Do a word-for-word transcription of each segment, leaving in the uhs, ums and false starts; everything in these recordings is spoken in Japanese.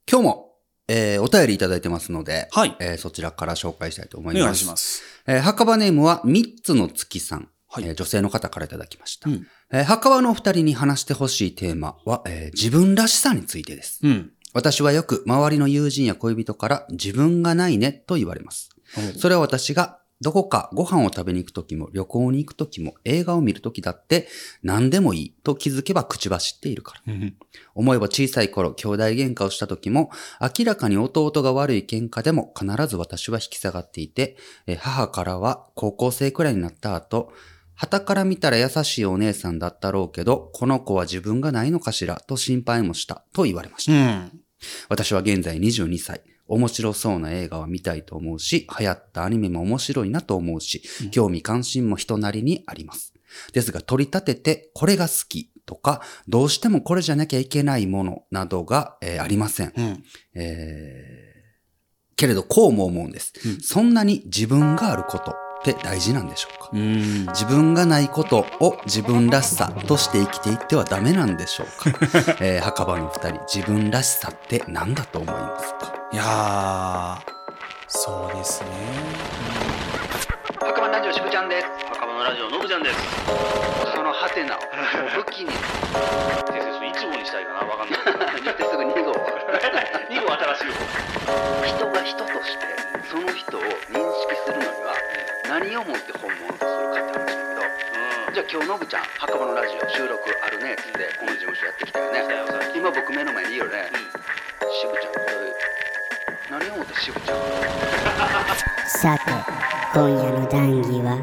今日も、えー、お便りいただいてますので、 はい。 えー、そちらから紹介したいと思います。 お願いします。 えー、墓場ネームはみっつの月さん、 はいえー、女性の方からいただきました。 うんえー、墓場のお二人に話してほしいテーマは、えー、自分らしさについてです。 うん。 私はよく周りの友人や恋人から自分がないねと言われます。それは私がどこかご飯を食べに行くときも旅行に行くときも映画を見るときだって何でもいいと気づけば口走っているから。思えば小さい頃兄弟喧嘩をしたときも明らかに弟が悪い喧嘩でも必ず私は引き下がっていて、母からは高校生くらいになった後、傍から見たら優しいお姉さんだったろうけど、この子は自分がないのかしらと心配もしたと言われました。 うん、 私は現在にじゅうにさい。面白そうな映画は見たいと思うし、流行ったアニメも面白いなと思うし、興味関心も人なりにあります。ですが取り立ててこれが好きとか、どうしてもこれじゃなきゃいけないものなどが、えー、ありません。 うんえー、けれどこうも思うんです、うん。そんなに自分があることって大事なんでしょうか。 うん、 自分がないことを自分らしさとして生きていってはダメなんでしょうか。えー、墓場の二人、自分らしさって何だと思いますか。 いやー、そうですね。 墓場ラジオしぶちゃんです。 墓場のラジオのぶちゃんです。 そのハテナを武器に先生、それいち号にしたいかな、わかんない。 言ってすぐに号に号新しい号。 人が人としてその人を認識するのには何をもって本物とするかって話だけど、うん、じゃあ今日のぶちゃん墓場のラジオ収録あるねっつってこの事務所やってきたよね。今僕目の前にいるよね、うん、しぶちゃんこれ何をもってしぶちゃんさて今夜の談義は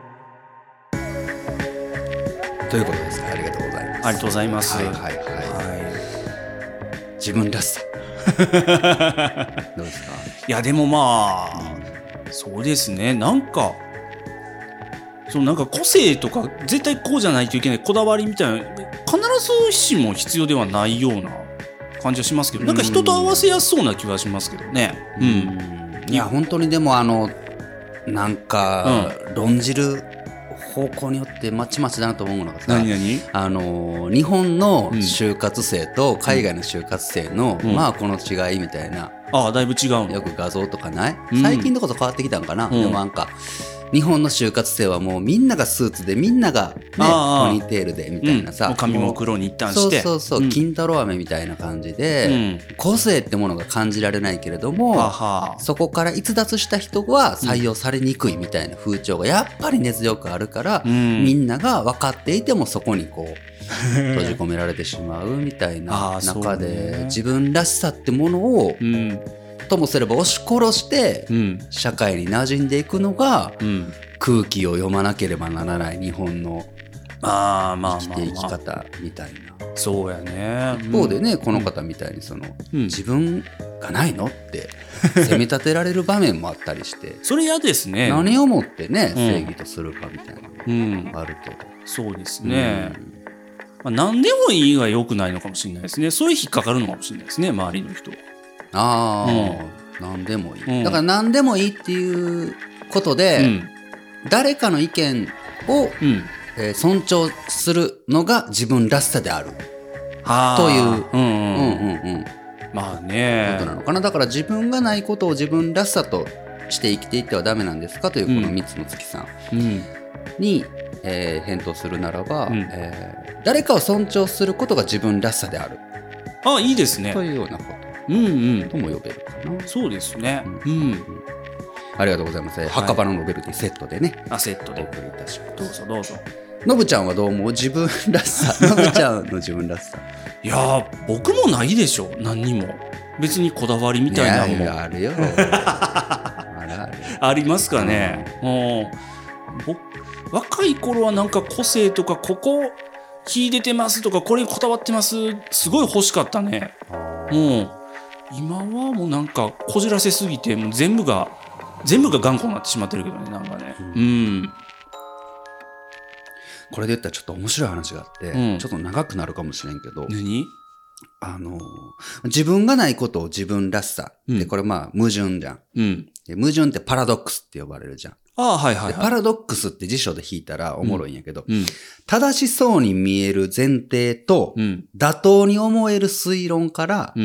ということですね。ありがとうございます。 ありがとうございます。 はいはいはい、はい、自分らしさどうですか。 いやでもまあ、うん、そうですね。なんかそうなんか個性とか絶対こうじゃないといけないこだわりみたいな必ずしも必要ではないような感じはしますけど、なんか人と合わせやすそうな気はしますけどね。 うん、うん、いや本当にでもあのなんか、うん、論じる方向によってまちまちだなと思うのがさ、 何々 あの日本の就活生と海外の就活生の、うん、まあこの違いみたいな、 ああだいぶ違うの。 よく画像とかない、うん、最近のこと変わってきたんかな、うん、でもなんか日本の就活生はもうみんながスーツでみんなが、ね、ポニーテールでみたいなさ、 うん、髪も黒に一旦してそうそうそう、うん、金太郎飴みたいな感じで、うん、個性ってものが感じられないけれども、ははそこから逸脱した人は採用されにくいみたいな風潮がやっぱり根強くあるから、うん、みんなが分かっていてもそこにこう閉じ込められてしまうみたいな中で、ね、自分らしさってものを、うんともすれば押し殺して社会に馴染んでいくのが空気を読まなければならない日本の生きていき方みたいな。 そうやね。 一方でね、この方みたいにその自分がないのって責め立てられる場面もあったりしてそれ嫌ですね。 何をもってね正義とするかみたいなのがあると。 そうですね。まあ何でもいいが良くないのかもしれないですね。それ引っかかるのかもしれないですね、周りの人。 ああ、うん、何でもいい、うん、だから何でもいいっていうことで、うん、誰かの意見を、うんえー、尊重するのが自分らしさであるという、うんうんうんうん、 まあねことなのかな。だから自分がないことを自分らしさとして生きていってはダメなんですかというこのみっつの月さんに、うんえー、返答するならば、うんえー、誰かを尊重することが自分らしさである。 ああいいですね。 というようなことうんうん、 とも呼べるかな。 そうですね、うんうん、ありがとうございます、はい、墓場のノベルティセットでねあセットでお送りいたします。 どうぞどうぞ。 のぶちゃんはどう思う自分らしさのぶちゃんの自分らしさいや僕もないでしょ。何にも別にこだわりみたいなのもいやあるよあるあるありますかね、うん、もう僕若い頃はなんか個性とかここ秀でてますとかこれにこだわってますすごい欲しかったね。もう今はもうなんかこじらせすぎてもう全部が全部が頑固になってしまってるけどねなんかね、うんうん、 これで言ったらちょっと面白い話があって、うん、ちょっと長くなるかもしれんけど何あの自分がないことを自分らしさって、うん、これまあ矛盾じゃん、うん、で矛盾ってパラドックスって呼ばれるじゃん。 ああはいはいはい、 でパラドックスって辞書で引いたらおもろいんやけど、うんうん、正しそうに見える前提と、うん、妥当に思える推論から、うん、生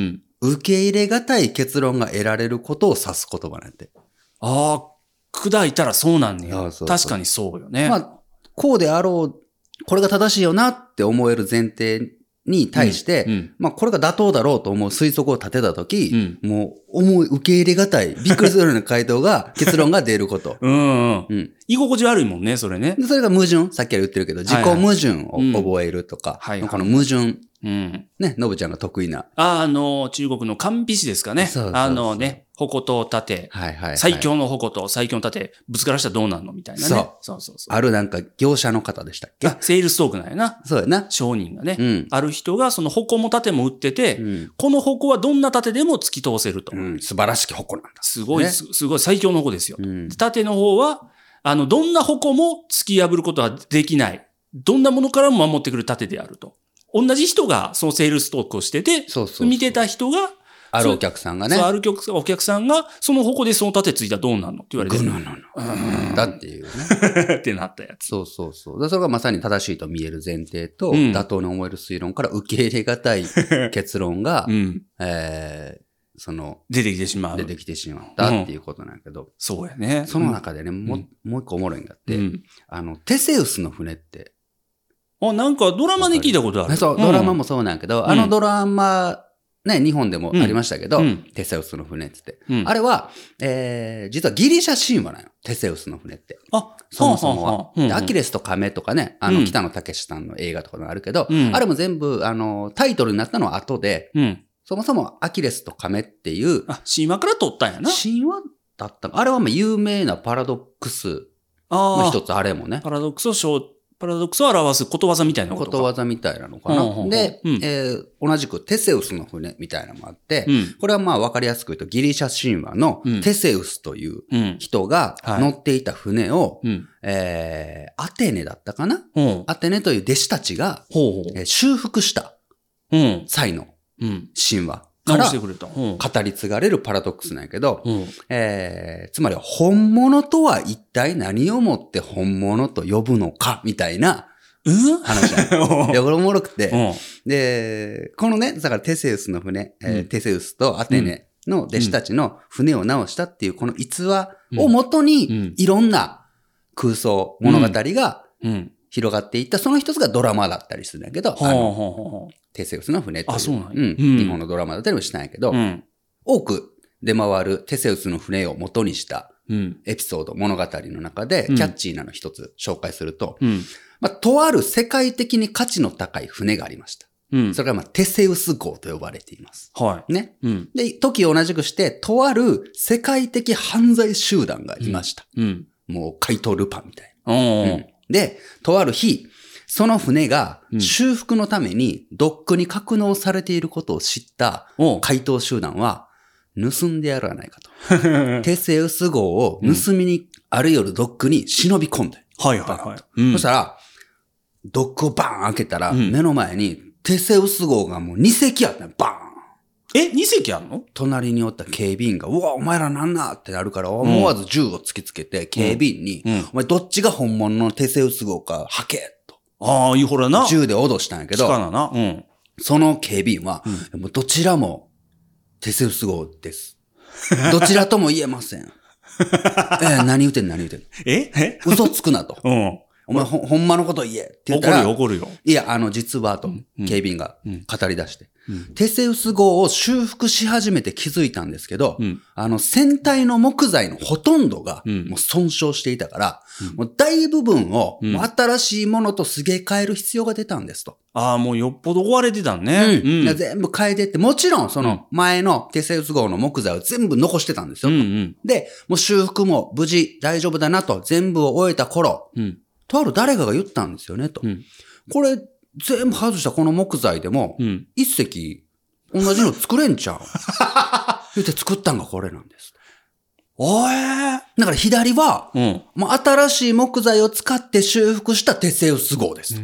受け入れがたい結論が得られることを指す言葉なんて。 ああ、砕いたらそうなんねや。 そうそうそう確かにそうよね。 まあ、こうであろう、これが正しいよなって思える前提に対して、 うんうん、 まあこれが妥当だろうと思う推測を立てたとき、うん、もう思い受け入れがたい、びっくりするような回答が、結論が出ること。 うん、うん、うん。居心地悪いもんね、それね。 それが矛盾、さっきから言ってるけど、自己矛盾を覚えるとか、はいはい、この矛盾。うん。ね、のぶちゃんが得意な。 あ、あの、中国の韓美市ですかね。そうそうそう、あのね、矛と盾。はいはい、はい。最強の矛と最強の盾、ぶつからしたらどうなんのみたいなね。そう。そうそうそう。 あるなんか業者の方でしたっけ？ あ、セールストークなんやな。 そうやな。 商人がね。うん。ある人がその矛も盾も売ってて、うん、この矛はどんな盾でも突き通せると。 うん。素晴らしき矛なんだ。 すごい、ね、す, すごい最強の矛ですよ。うん、盾の方は、あの、どんな矛も突き破ることはできない。どんなものからも守ってくる盾であると。同じ人がそのセールストークをしてて、そうそうそう、見てた人が、 あるお客さんがね。 そう、あるお客さんが、その矛でその盾ついたらどうなんのって言われて。 グナナナ。だっていうね。 ってなったやつ。 そうそうそう。それがまさに正しいと見える前提と、うん、妥当に思える推論から受け入れがたい結論が、うん、えーその、 出てきてしまう。 出てきてしまったっていうことなんやけど。うん、 そうやね。 その中でね、もう、うん、もう一個おもろいんだって、うん、あの、テセウスの船って、 あ、なんかドラマで聞いたことある。 そう、ドラマもそうなんやけど、うん、あのドラマ、ね、日本でもありましたけど、うん、テセウスの船ってって、うん。あれは、えー、実はギリシャ神話なのよ。テセウスの船って。あ、そもそもは。はあはあうんうん、アキレスとカメとかね、あの、北野武さんの映画とかもあるけど、うん、あれも全部、あの、タイトルになったのは後で、うん、そもそもアキレスとカメっていう。 あ、神話から撮ったんやな。 神話だったあれはまあ有名なパラドックスの一つ、あれもね。 パラドックスを小パラドックスを表すことわざみたいなことか。 ことわざみたいなのかな。うん、で、うん、えー、同じくテセウスの船みたいなのもあって、うん、これはまあ分かりやすく言うとギリシャ神話のテセウスという人が乗っていた船を、うん、えー、アテネだったかな、うん、アテネという弟子たちが、ほうほうえー、修復した際の神話。から語り継がれるパラドックスなんやけど、うんえー、つまり本物とは一体何をもって本物と呼ぶのかみたいな話なんや。いや、これおもろくて、で、このね、だからテセウスの船、えーうん、テセウスとアテネの弟子たちの船を直したっていうこの逸話をもとにいろんな空想物語が広がっていった、その一つがドラマだったりするんだけど、あのテセウスの船っていう。あ、そうなんや、うんうん。日本のドラマだったりもしたんやけど、うん、多く出回るテセウスの船を元にしたエピソード、うん、物語の中で、キャッチーなの一つ紹介すると、うんまあ、とある世界的に価値の高い船がありました。うん、それがまあテセウス号と呼ばれています。はい。ね。うん、で、時を同じくして、とある世界的犯罪集団がいました。うん、もう怪盗ルパンみたいな。うん、で、とある日、その船が修復のためにドックに格納されていることを知った怪盗集団は盗んでやらないかと。テセウス号を盗みにある夜ドックに忍び込んで。はいはいはい。うん、そしたら、ドックをバーン開けたら目の前にテセウス号がもうに隻あったの。バーン。 え、に隻あんの？ 隣におった警備員が、うわ、お前らなんなってなるから、思わず銃を突きつけて警備員に、うんうん、お前どっちが本物のテセウス号か吐け。 ああ、いいほらな。 銃で脅したんやけど、 なうん、 その警備員は、うん、もうどちらもテセウス号です。どちらとも言えません。えー、何言うてん何言うてんええ嘘つくなと。うんお前ほ、ほんまのこと言えって言ったら。 怒るよ、怒るよ。 いや、あの、実はと、警備員が語り出して、うんうん。テセウス号を修復し始めて気づいたんですけど、うん、あの、船体の木材のほとんどが、もう損傷していたから、うん、もう大部分を、もう新しいものとすげ替える必要が出たんですと。 ああ、もうよっぽど壊れてたんね。 うん。うん、全部変えてって、もちろんその前のテセウス号の木材を全部残してたんですよ。うんうん、で、もう修復も無事大丈夫だなと、全部を終えた頃、うんとある誰かが言ったんですよね、と。うん、これ、全部外したこの木材でも、うん、一石、同じの作れんちゃう。言って作ったんがこれなんです。 おえー、 だから左は、うん、もう新しい木材を使って修復したテセウス号です。うん、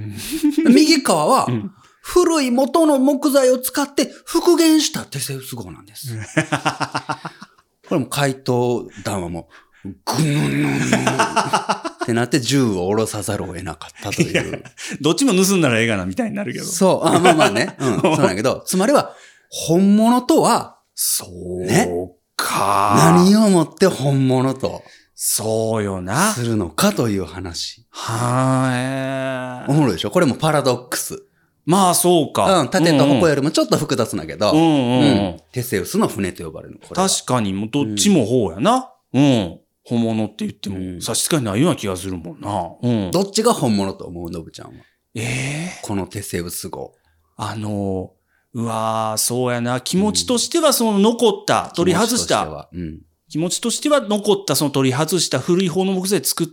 右側は、うん、古い元の木材を使って復元したテセウス号なんです。これも怪盗団はもう、ぐぬぬぬってなって銃を下ろさざるを得なかったという。 どっちも盗んだらええがなみたいになるけど。 そう。あまあまあね。うん。そうなんだけど、つまりは、本物とはそうねか。 何をもって本物とそうよな。 するのかという話。 はーい。 おもろいでしょこれもパラドックス。 まあそうか。 うん、縦と横よりもちょっと複雑なけど、 うんうんうんうんテセウスの船と呼ばれるの。これは確かに、もうどっちも方やな。うん。本物って言ってもうん差し支えないような気がするもんな。うん。 どっちが本物と思うのぶちゃんは。 ええこのテセウス号。 あの、うわー、そうやな。気持ちとしてはその残った、取り外し気持ちとた、 はうん。 気持ちとしては残ったその取り外した古い方の木材で作った、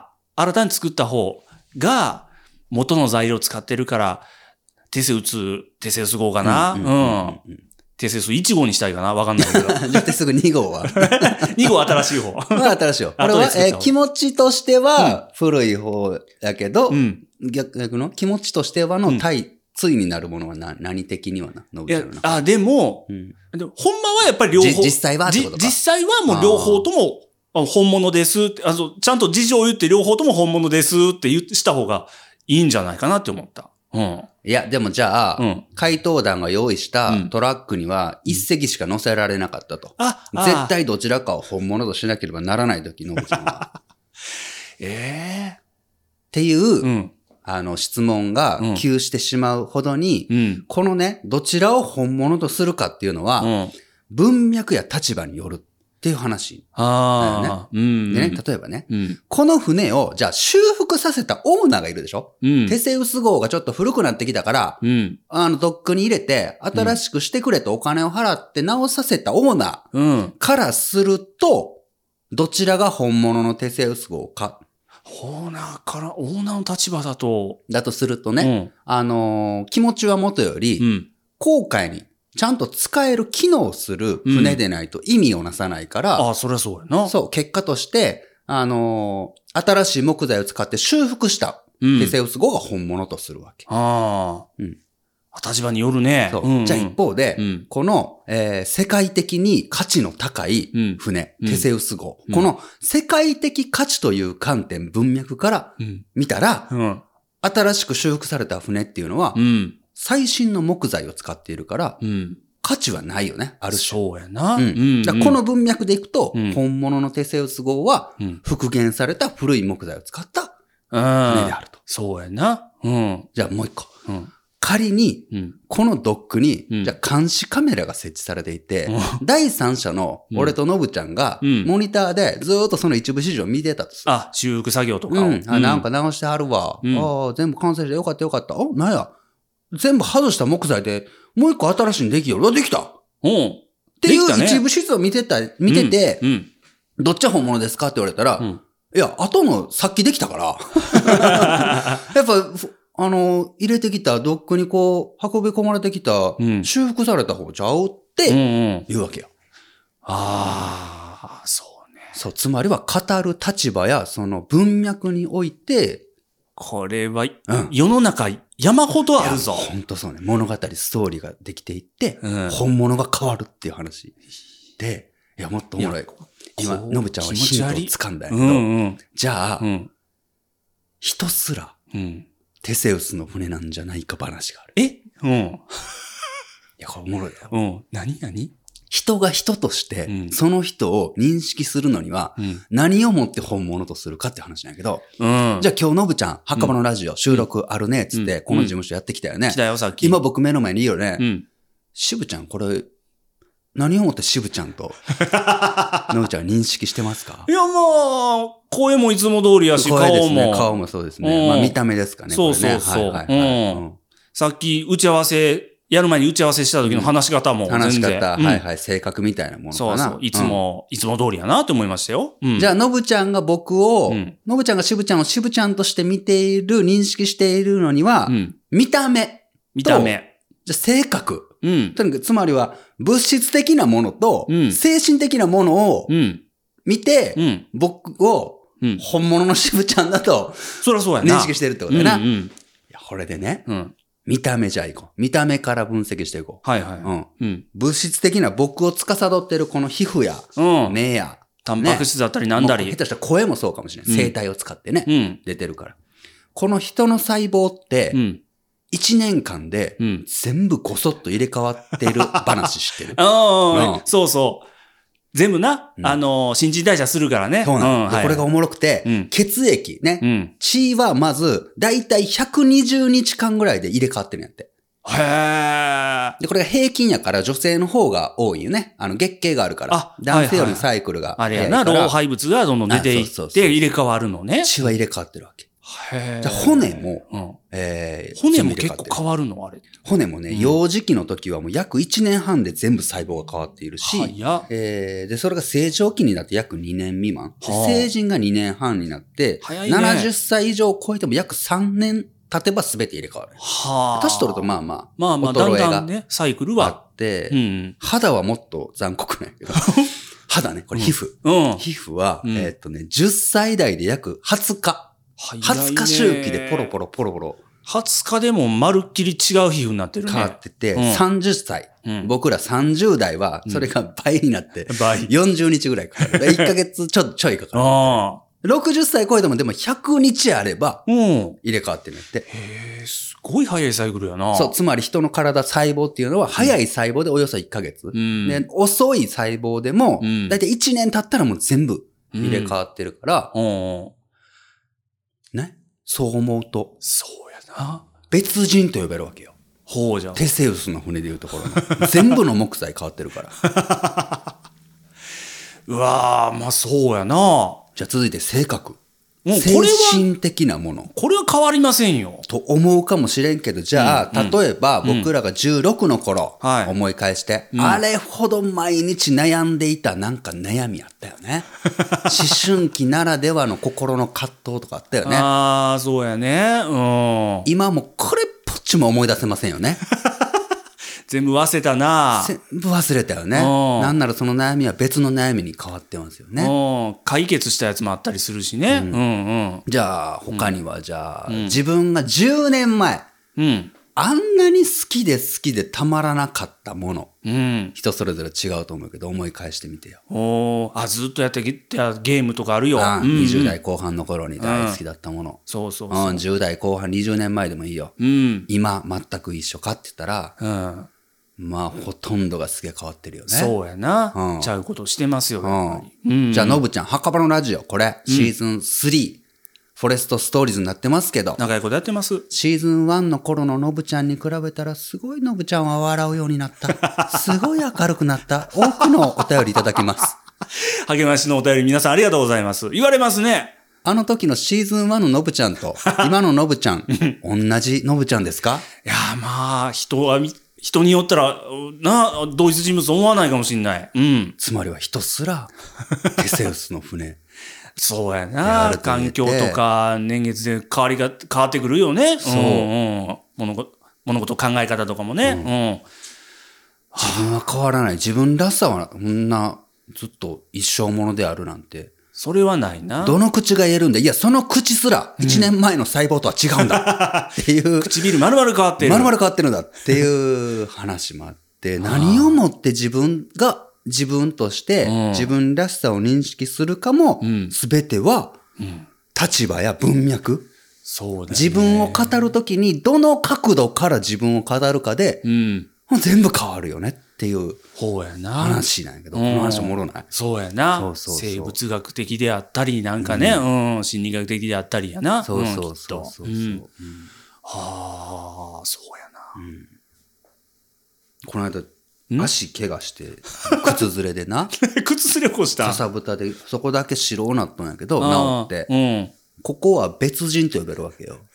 新たに作った方が元の材料を使ってるから、テセウス、テセウス号かな。うん。 うんうんうんテセウスいち号にしたいかなわかんないけど。 じゃあテセウスに号はに号新しい方。 まあ新しいよ。これは、 後で作った方えー気持ちとしては古い方やけど、 うん。 逆逆の気持ちとしてはの対、対になるものはな何的にはな、のぶいやちゃんの、中あ、でも、 うんでもほんまはやっぱり両方。 じ実際はってことかじ実際はもう両方ともあ本物ですってあの。ちゃんと事情を言って両方とも本物ですって言した方がいいんじゃないかなって思った。うん。 いや、でもじゃあ、 うん怪盗団が用意したうんトラックには一隻しか乗せられなかったと。 あ、あ絶。対どちらかを本物としなければならないとき、のぶちゃんは。っえていう、 えうん。 あの、質問が急してしまうほどに、 うん。 このね、どちらを本物とするかっていうのは、 うん。 文脈や立場によるっていう話。 ああ、 だようん。 でね、例えばね、 うん。 この船を、じゃあ修復させたオーナーがいるでしょ、 うん。 テセウス号がちょっと古くなってきたから、 うん。 あの、ドックに入れて、新しくしてくれとお金を払って直させたオーナーうん。 からすると、どちらが本物のテセウス号か、 オーナーから、オーナーの立場だと、 だとするとうね、 ん。 あのー気持ちはもとより、 うん。 航海にちゃんと使える機能する船でないと意味をなさないから、 ああ、そりゃそうやな。 そう、結果として、あのー新しい木材を使って修復したうん。 テセウス号が本物とするわけ。 ああ。 うん立場によるね。 そううんうんじゃあ一方で、 うんこの、えー世界的に価値の高いうん船、 うんテセウス号、 うんこの世界的価値という観点、文脈からうん。 見たら、 うん。 新しく修復された船っていうのは、 うん。 最新の木材を使っているから、 うん。 価値はないよね、ある種。 そうやな。 うんだからこの文脈でいくと、 うん本物のテセウス号はうん。 復元された古い木材を使ったうん。 船であると。 そうやな。うん。 じゃあもう一個。 うん。 仮に、 うん。 このドックに、 うんじゃあ監視カメラが設置されていて、 う第三者の俺とノブちゃんが、 うんモニターでずーっとその一部始終を見てたとする。 あ、修復作業とかを。 うん。あ、なんか直してはるわ。 うんああ、全部完成してよかったよかった。お、なんや。全部外した木材で、もう一個新しいのできよる。あ、できたっうん。 ていうできたね一部始終を見てた、見てて、 うん。うんどっちが本物ですかって言われたら、 うんいや、後のさっきできたから。やっぱ、ふあの、入れてきたドックにこう、運び込まれてきた、 うん修復された方ちゃうっうんてうん。 言うわけよ。 ああ、そうね。 そう、つまりは語る立場やその文脈において、 これは、 うん。 世の中山ほどあるぞ。 ほんとそうね。物語、ストーリーができていって、 うん本物が変わるっていう話で、いや、もっとおもろい。今、 こうのぶちゃんは気持ち悪いヒントを掴んだんやうけど、 んうん。 じゃあ、 うん。 人すらうん。 テセウスの船なんじゃないか話がある。 えうん。 いや、これおもろいよ。 うん。何何人が人としてう、んその人を認識するのには、 うん。 何をもって本物とするかって話なんやけど、 うん。 じゃあ今日のぶちゃん、墓場のラジオ、収録あるね、つって、 うんこの事務所やってきたよね来。たよ、さっき。 今僕目の前にいるよねう。ん。 しぶちゃん、これ、何をもってしぶちゃんと、のぶちゃん認識してますかいや、まあ、声もいつも通りやし、顔声ですねも。 顔もそうですうね。 んまあ見た目ですかね。 そうこれねそうそうはいはいはいうんさっき打ち合わせ、やる前に打ち合わせした時の話し方もうん全然。 話し方、 うんはいはい、性格みたいなものかな。 そうそう。いつも、いつも通りやなと思いましたよ。うん。 じゃあ、のぶちゃんが僕を、 うんのぶちゃんがしぶちゃんをしぶちゃんとして見ている、認識しているのには、 うん。 見た目、 見た目。 じゃあ性格。 うん。 とにかく、つまりは、物質的なものと、 うん精神的なものをうん。 見て、 うん。 僕をうん。 本物のしぶちゃんだとそりゃそうやな。 認識してるってことだな。いうんうん。 やこれでね、 うん。 見た目じゃあいこう。見た目から分析していこはいはい。 う。うん。 うん。 物質的な僕を司っているこの皮膚や、 うん。 目や、 タンパク質だったりなんだりもう下。手したら声もそうかもしれない。 うん声帯を使ってね、 うん。 出てるから。この人の細胞って、 うん。 いちねんかんでうん、 全部ごそっと入れ替わってる話知ってる。 ああ、 うんそうそう。全部な、 うんあのー、新陳代謝するからね。 そうなんではいこれがおもろくて、 うん血液ね、 うん。 血はまず、だいたいひゃくにじゅうにちかんぐらいで入れ替わってるんやって。 へえ。 で、これが平均やから女性の方が多いよね。あの、月経があるから。 あ男性よりのサイクルがあれやな、 早いから。 老廃物がどんどん出ていっあそうそうそうて入れ替わるのね。 血は入れ替わってるわけ。 へえ。 じゃあ骨も、 うんえー、 骨も全部入れ替わってる結構変わるのあれ。 骨もね、 うん幼児期の時はもう約いちねんはんで全部細胞が変わっているし、 早っ。 えー、で、それが成長期になって約にねん未満。ではあ成人がにねんはんになって、 早いねななじゅっさい以上超えても約さんねん経てば全て入れ替わる。 はあ。 年取るとまあままあまあ、 衰だんえがだんね、サイクルあ、あは。 って、 うん。 肌はもっと残酷なんやけど、肌ね、これ皮膚。 うん。 皮膚は、 うんえーっとね、じゅっさい代で約はつか。 早いねはつか周期でポロポロポロポロはつかでもまるっきり違う皮膚になってるね。 変わってて、 うんさんじゅっさい。 うん僕らさんじゅう代は、それが倍になって、 倍。 よんじゅうにちぐらいかかる。いっかげつちょ、ちょいかかる。 ああ。 ろくじゅっさい超えてもでもひゃくにちあればうん。 入れ替わってるんやって。 へえ、すごい早いサイクルやな。 そう、つまり人の体細胞っていうのは早い細胞でおよそいっかげつ。 うん。 で、遅い細胞でもう、んだいたいいちねん経ったらもう全部入れ替わってるから、 うん。 ね。そう思うと、 そうやな。 別人と呼べるわけよ。 ほうじゃん。 テセウスの船でいうところの。全部の木材変わってるから。 うわー、まあそうやな。 じゃあ続いて性格。 もう精これは、 神的なもの。 これは変わりませんよ。 と思うかもしれんけど、じゃあ、 うん例えば僕らがじゅうろくの頃、 はい思い返して、 うんあれほど毎日悩んでいたなんか悩みあったよね。思春期ならではの心の葛藤とかあったよね。 ああ、そうやね。うん。 今もうこれっぽっちも思い出せませんよね。 全部忘れたな。 全部忘れたよね。 うんなんならその悩みは別の悩みに変わってますよね。 うん。解決したやつもあったりするしね。うんうん。 じゃあ、他にはじゃあ、 うん自分がじゅうねんまえ、 うん。 あんなに好きで好きでたまらなかったもの、 うん。 人それぞれ違うと思うけど、思い返してみてよ。 おーあ、ずっとやってきたゲームとかあるよ。 ああうんうんにじゅう代後半の頃に大好きだったもの。 そうそうそうう。 ん、じゅう代後半、にじゅうねんまえでもいいよ。 うん。 今、全く一緒かって言ったら、 うん。 まあ、ほとんどがすげえ変わってるよね。 そうやな。 うんちゃうことしてますよ、 うんやっぱり。うん。 じゃあ、のぶちゃん、墓場のラジオ、これ、シーズンスリー、フォレストストーリーズになってますけど、 長いことやってます。 シーズンワンの頃ののぶちゃんに比べたら、すごいのぶちゃんは笑うようになった。すごい明るくなった。多くのお便りいただきます。 励ましのお便り皆さんありがとうございます。言われますね。 あの時のシーズンワンののぶちゃんと、今ののぶちゃん、同じのぶちゃんですか？ いやーまあ、人はみ、人によったら、な、同一人物思わないかもしんない。うん。 つまりは人すら、テセウスの船。 そうややな。 ると言えて環境とか年月で変わりが、変わってくるよね。 そううんうん。物事、物事考え方とかもね。 自分は変わらない。自分らしさは、こんな、ずっと一生ものであるなんて。 うん。それはないな。 どの口が言えるんだ？いや、その口すら、一年前の細胞とは違うんだ。っていう。 唇丸々変わってる。 まるまる変わってるんだっていう話もあって、何をもって自分が自分としてうん自分らしさを認識するかもうん、 すべてはうん。 立場や文脈、 そうだね。 自分を語るときにどの角度から自分を語るかでうん。 全部変わるよねっていうほうやな。 話なんやけど、 うんこの話おもろない？ そうやな。 そうそうそう生物学的であったり、なんかね、うん、心理学的であったりやな。 そうそううんそうそう。 きっとうんうんはあ、そうやな。 この間、足怪我して、靴ずれでな、 靴すれこした。 かさぶたでそこだけ白なったんやけど、 あー治って。 うん。 ここは別人と呼べるわけよ。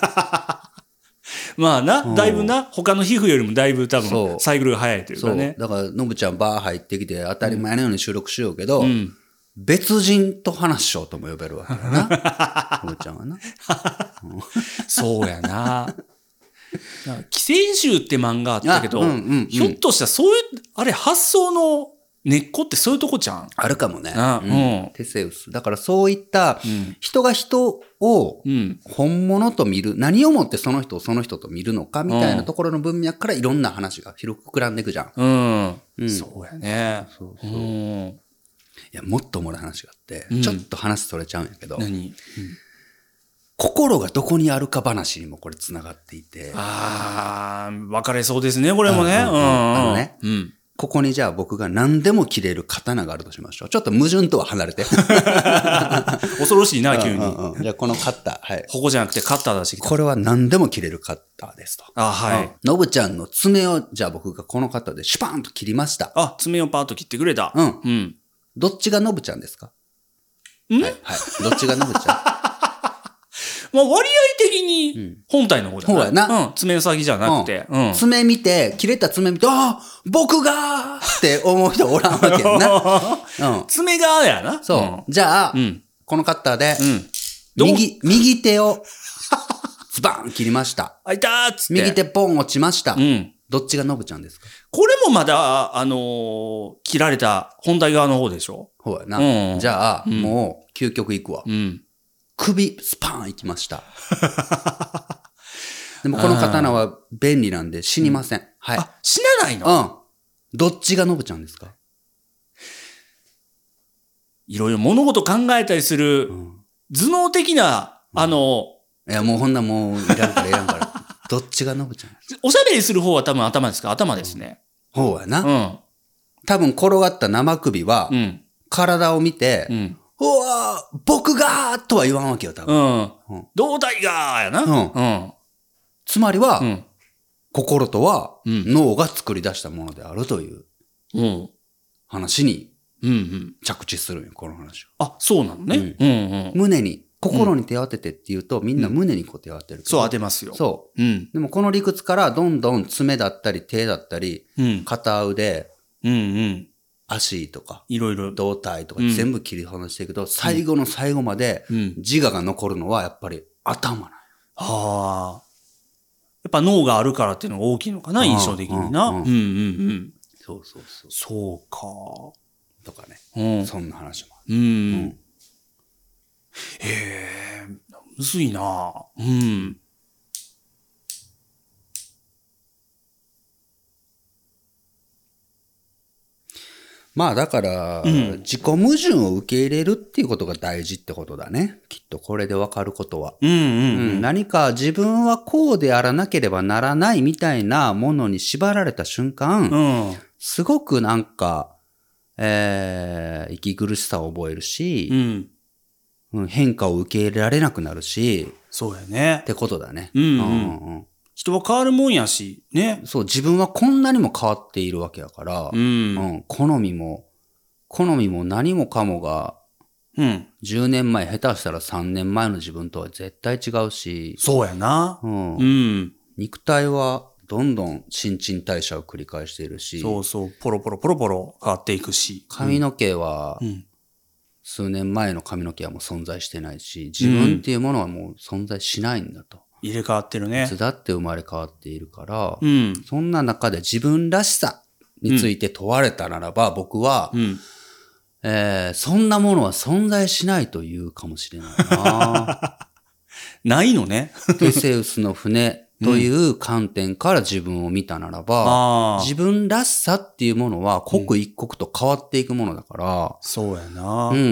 まあな、だいぶな、他の皮膚よりもだいぶ多そう分、サイクルが早いというそう。 かね。 だから、のぶちゃんバー入ってきて当たり前のように収録しようけど、 うん。 別人と話しようとも呼べるわけよな。のぶちゃんはな。 そうやな。なんか寄生獣って漫画あったけど、 あうんうんうんひょっとしたらそういう、あれ発想の根っこってそういうとこちゃんあるかもね。 あうんうんテセウス。だからそういったうん。 人が人をうん。 本物と見る、何をもってその人をその人と見るのかみたいなところの文脈からいろんな話が広く膨らんでいくじゃん。 うん。 うんそうやね。 そううそう。いん。 や、もっとおもろい話があって、 うんちょっと話それちゃうんやけど、 何心がどこにあるか話にもこれ繋がっていて。 ああ、分かれそうですね、これもね。うん、うん。 あのね、 うん。 ここにじゃあ僕が何でも切れる刀があるとしましょう。ちょっと矛盾とは離れて。 恐ろしいな、急に。 うんうんうん、じゃあこのカッター。はい。 ここじゃなくてカッター出してきた。 これは何でも切れるカッターですと。 あ、はい。 のぶちゃんの爪を、じゃあ僕がこのカッターでシュパーンと切りました。 あ、爪をパーッと切ってくれた。 うん。 うん。 どっちがのぶちゃんですか？ ん？ はい。はい。どっちがのぶちゃん？ まあ割合的に本体の方じゃない？ そうやな。 うん。爪うさぎじゃなくて。うん。 爪見て、切れた爪見て、ああ僕がーって思う人おらんわけやな。うん。 爪がやな。 そう。 うん、 じゃあ、 うん、 このカッターで、 うん、 右、右手を、ズバーン切りました。 あ、いたーっつって。 右手ポン落ちました。 うん。 どっちがのぶちゃんですか？ これもまだ、あのー、切られた本体側の方でしょ？ ほうやな。 うん、 じゃあ、 うん、 もう、究極いくわ。 うん。 首、スパーンいきました。でもこの刀は便利なんで死にません。うん、はい。 あ、死なないの？ うん。どっちがのぶちゃんですか？ いろいろ物事考えたりする、頭脳的な、うん、あの、 いや、もうほんなもう、いらんからいらんから。どっちがのぶちゃんですか？ おしゃべりする方は多分頭ですか？頭ですね。 うん、ほうやな。 うん。 多分転がった生首は、うん、体を見て、うんうわー僕がーとは言わんわけよ、多分。うん。 うん、胴体がーやな。うん。うん。 つまりは、うん、心とは、うん、脳が作り出したものであるという、うん、話に、うんうん、着地するんよ、この話は。あ、そうなのね。うんうんうん、胸に、心に手を当ててって言うと、みんな胸にこう手を当てる、うん。 そう、当てますよ。 そう。うん。でもこの理屈から、どんどん爪だったり、手だったり、うん、片腕、うんうん。足とか、 いろいろ、 胴体とか全部切り離していくと、うん、最後の最後まで自我が残るのはやっぱり頭なんよ。 はあ。やっぱ脳があるからっていうのが大きいのかな、印象的にな。うんうんうん。 そうそうそう。 そうか。 とかね。うん、そんな話もある。うん。うん、 へえ、むずいな。うん。 まあだから、うん、自己矛盾を受け入れるっていうことが大事ってことだね。きっとこれでわかることは、うんうんうんうん。何か自分はこうであらなければならないみたいなものに縛られた瞬間、うん、すごくなんか、えー、息苦しさを覚えるし、うん、変化を受け入れられなくなるし、 そうやね。 ってことだね。 うんうんうん、人は変わるもんやし、ね。 そう、自分はこんなにも変わっているわけやから、うんうん、好みも、好みも何もかもが、うん、じゅうねんまえ下手したらさんねんまえの自分とは絶対違うし、 そうやな。 うんうん、肉体はどんどん新陳代謝を繰り返しているし、 そうそう、ポロポロポロポロ変わっていくし。 髪の毛は、うん、数年前の髪の毛はもう存在してないし、自分っていうものはもう存在しないんだと。 入れ替わってるね。 いつだって生まれ変わっているから、うん、そんな中で自分らしさについて問われたならば、うん、僕は、うんえー、そんなものは存在しないと言うかもしれないな。 ないのね。 テセウスの船という観点から自分を見たならば、うん、自分らしさっていうものは刻一刻と変わっていくものだから。うん、 そうやな。うん。うん。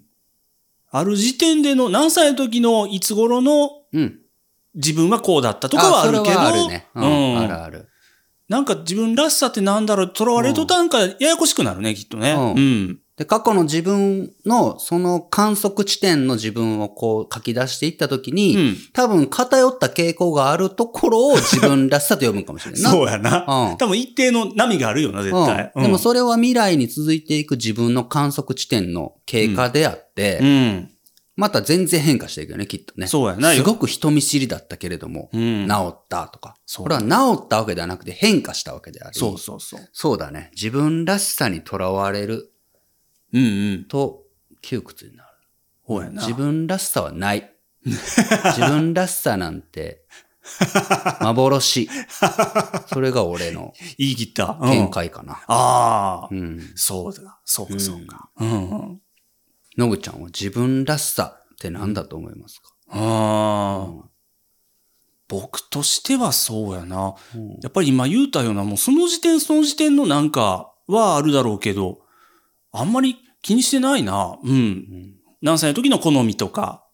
ある時点での何歳の時のいつ頃の、うん自分はこうだったとかはあるけど。 あ、それはあるね。うん。うん、あるある。 なんか自分らしさってなんだろう、囚われとたんかややこしくなるね、きっとね。うん。うん、 で、過去の自分の、その観測地点の自分をこう書き出していったときに、うん、多分偏った傾向があるところを自分らしさと呼ぶかもしれないな。 そうやな。うん。多分一定の波があるよな、絶対。 うん。でもそれは未来に続いていく自分の観測地点の経過であって、うん。うんまた全然変化していくよね、きっとね。 そうやな。 すごく人見知りだったけれども、うん、治ったとか。これは治ったわけではなくて変化したわけであり。 そうそうそう。 そうだね。自分らしさにとらわれる。うんうん。と、窮屈になる。 そうやな。 自分らしさはない。自分らしさなんて、幻。それが俺の。 言い切った。 見解かな。うん、 ああ。うん。そうだ。そうか、そうか。うん。うんのぶちゃんは自分らしさって何だと思いますか？ ああ、うん、僕としてはそうやな、うん。やっぱり今言うたような、もうその時点その時点のなんかはあるだろうけど、あんまり気にしてないな。うん。うん、何歳の時の好みとか、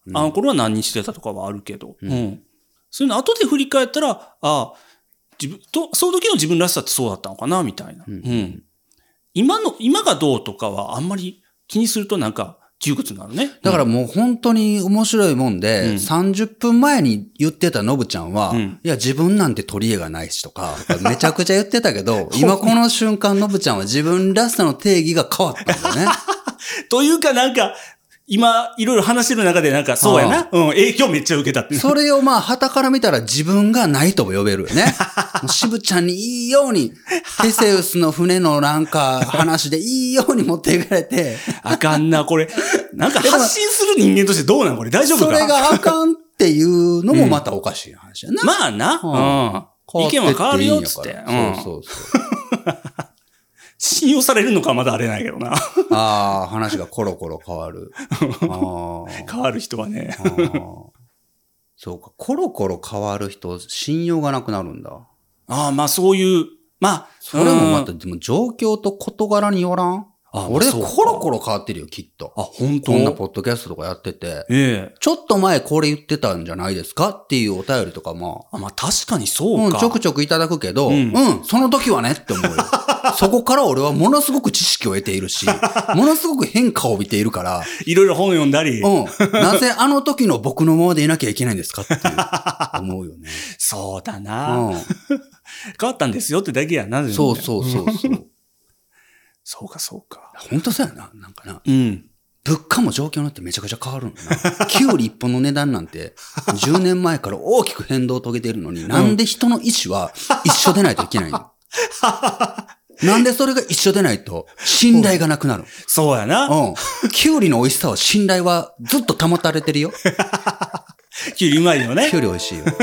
あの頃は何してたとかはあるけど、うん。うん、そういうの後で振り返ったら、ああ、自分と、その時の自分らしさってそうだったのかな、みたいな。うん。うん、今の、今がどうとかはあんまり気にするとなんか窮屈になるね。 だからもう本当に面白いもんで、うん、さんじゅっぷんまえに言ってたのぶちゃんは、うん、いや自分なんて取り柄がないしとか、めちゃくちゃ言ってたけど、今この瞬間のぶちゃんは自分らしさの定義が変わったんだね。 というかなんか、今、いろいろ話してる中でなんか、そうやな。うん、影響めっちゃ受けたって。 それをまあ、旗から見たら自分がないとも呼べるよね。渋ちゃんにいいように、テセウスの船のなんか話でいいように持っていかれて。 あかんな、これ。なんか発信する人間としてどうなんこれ大丈夫か。 それがあかんっていうのもまたおかしい話やな。 うん、まあな。うん。意見は変わるよ、つって。 うん。そうそうそう。 信用されるのかまだあれないけどな。 ああ、話がコロコロ変わる。 あ変わる人はね。 あそうか、コロコロ変わる人、信用がなくなるんだ。 ああ、まあそういう、まあ。 それもまた、でも状況と事柄によらん。あ俺、コロコロ変わってるよ、きっと。 あ、本当？ こんなポッドキャストとかやってて。 ええ。 ちょっと前これ言ってたんじゃないですかっていうお便りとかも。 あ、まあ確かにそうか。 うん、ちょくちょくいただくけど、うん、うん、その時はねって思うよ。そこから俺はものすごく知識を得ているし、ものすごく変化を帯びているから。 いろいろ本読んだり。 うん。なぜあの時の僕のままでいなきゃいけないんですかって思うよね。 そうだな。うん。変わったんですよってだけやな。 そうそうそうそう。 そうかそうか。 本当そうやな。なんかな。 うん。 物価も状況によってめちゃくちゃ変わるんだな。キュウリ一本の値段なんてじゅうねんまえから大きく変動を遂げているのに、うん、なんで人の意思は一緒でないといけないのなんでそれが一緒でないと信頼がなくなる、うん、 そうやな。 うん。キュウリの美味しさは信頼はずっと保たれてるよ。 キュウリうまいよね。 キュウリ美味しいよ。うん、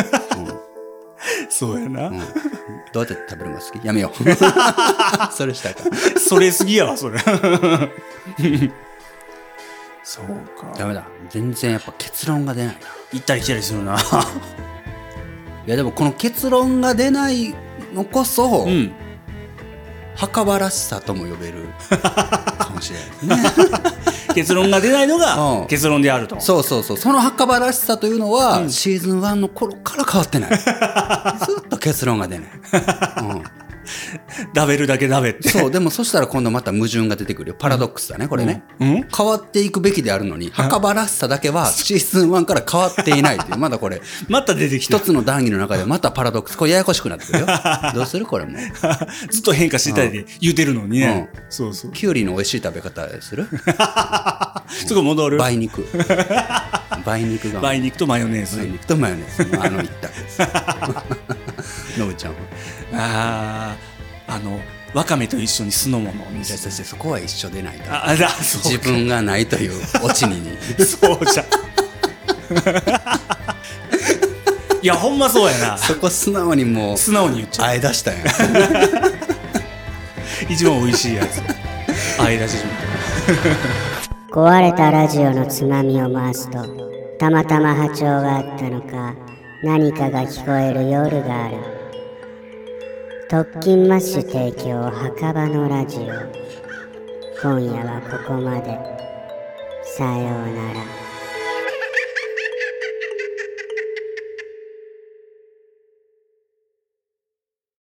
そうやな、うん。 どうやって食べるのが好き？やめよう。それしたいか。 それすぎやわ、それ。そうか。 ダメだ。全然やっぱ結論が出ないな。 行ったり来たりするな。いやでもこの結論が出ないのこそ、うん、墓場らしさとも呼べるかもしれないですね。 結論が出ないのが結論であると、うん、 そうそうそう。その墓場らしさというのは、うん、シーズンワンの頃から変わってない。ずっと結論が出ない。うん食べるだけ食べって。 そう、でもそしたら今度また矛盾が出てくるよ。パラドックスだね、これね。うんうん、変わっていくべきであるのに、墓場らしさだけはシーズンワンから変わっていないっていう。まだこれ。 また出てきた。 一つの談義の中でまたパラドックス。これややこしくなってくるよ。どうするこれも。 ずっと変化してたりで言うてるのにね。うん、そうそう。 キュウリの美味しい食べ方するすぐ戻る。 梅肉。梅肉が。 梅肉とマヨネーズ。 梅肉とマヨネーズ。あの一択です。のぶちゃんは。 ああ。あのわかめと一緒に酢の物を見せて、 そこは一緒でないと。 ああそう自分がないというオチにそうじゃいやほんまそうやな。 そこ素直にもう素直に言っちゃう。 あえ出したんや。 一番美味しいやつあえ出し始めた。壊れたラジオのつまみを回すと、たまたま波長があったのか、何かが聞こえる夜がある。特勤マッシュ提供墓場のラジオ。今夜はここまで。さようなら。